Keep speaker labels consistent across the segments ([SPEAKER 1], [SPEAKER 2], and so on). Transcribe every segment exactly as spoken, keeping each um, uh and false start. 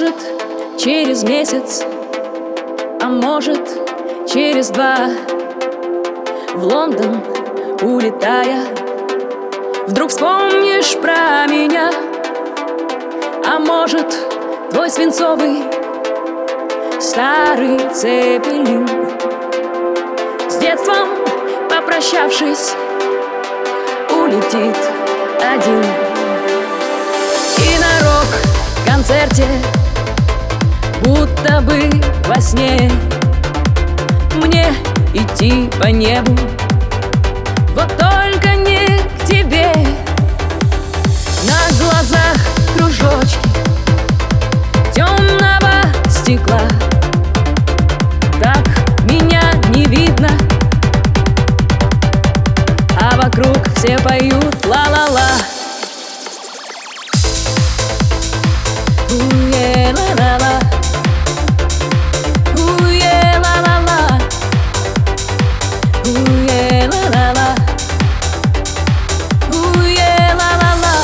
[SPEAKER 1] может, через месяц, а может, через два, в Лондон улетая, вдруг вспомнишь про меня. А может, твой свинцовый старый цепелин, с детством попрощавшись, улетит один. И на рок-концерте, будто бы во сне, мне идти по небу, вот только не к тебе. На глазах кружочки темного стекла, так меня не видно, а вокруг все поют ла-ла-ла. У-е-ла-ла-ла, у-е-ла-ла-ла, у-е-ла-ла-ла, у-е-ла-ла-ла,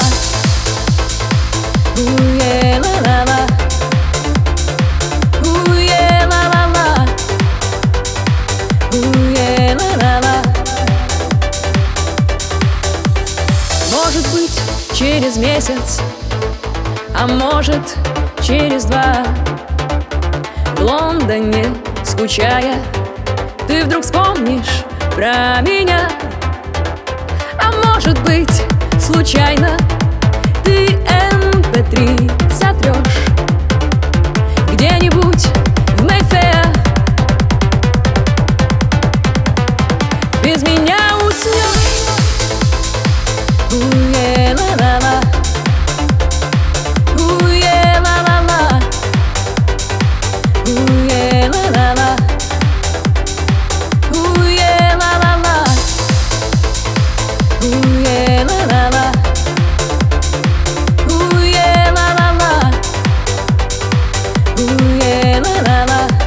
[SPEAKER 1] у-е-ла-ла-ла, у-е-ла-ла-ла, у-е-ла-ла-ла. Может быть, через месяц, а может, через два, в Лондоне скучая, ты вдруг вспомнишь про меня. А может быть, случайно ты эм пэ три сотрешь где-нибудь в Мэйфэа, без меня уснешь. У-е-ла-ла-ла, у-е-ла-ла-ла, у-е-ла-ла-ла, у-е-ла-ла-ла, у-е-ла-ла-ла, у-е-ла-ла-ла, у-е-ла-ла-ла.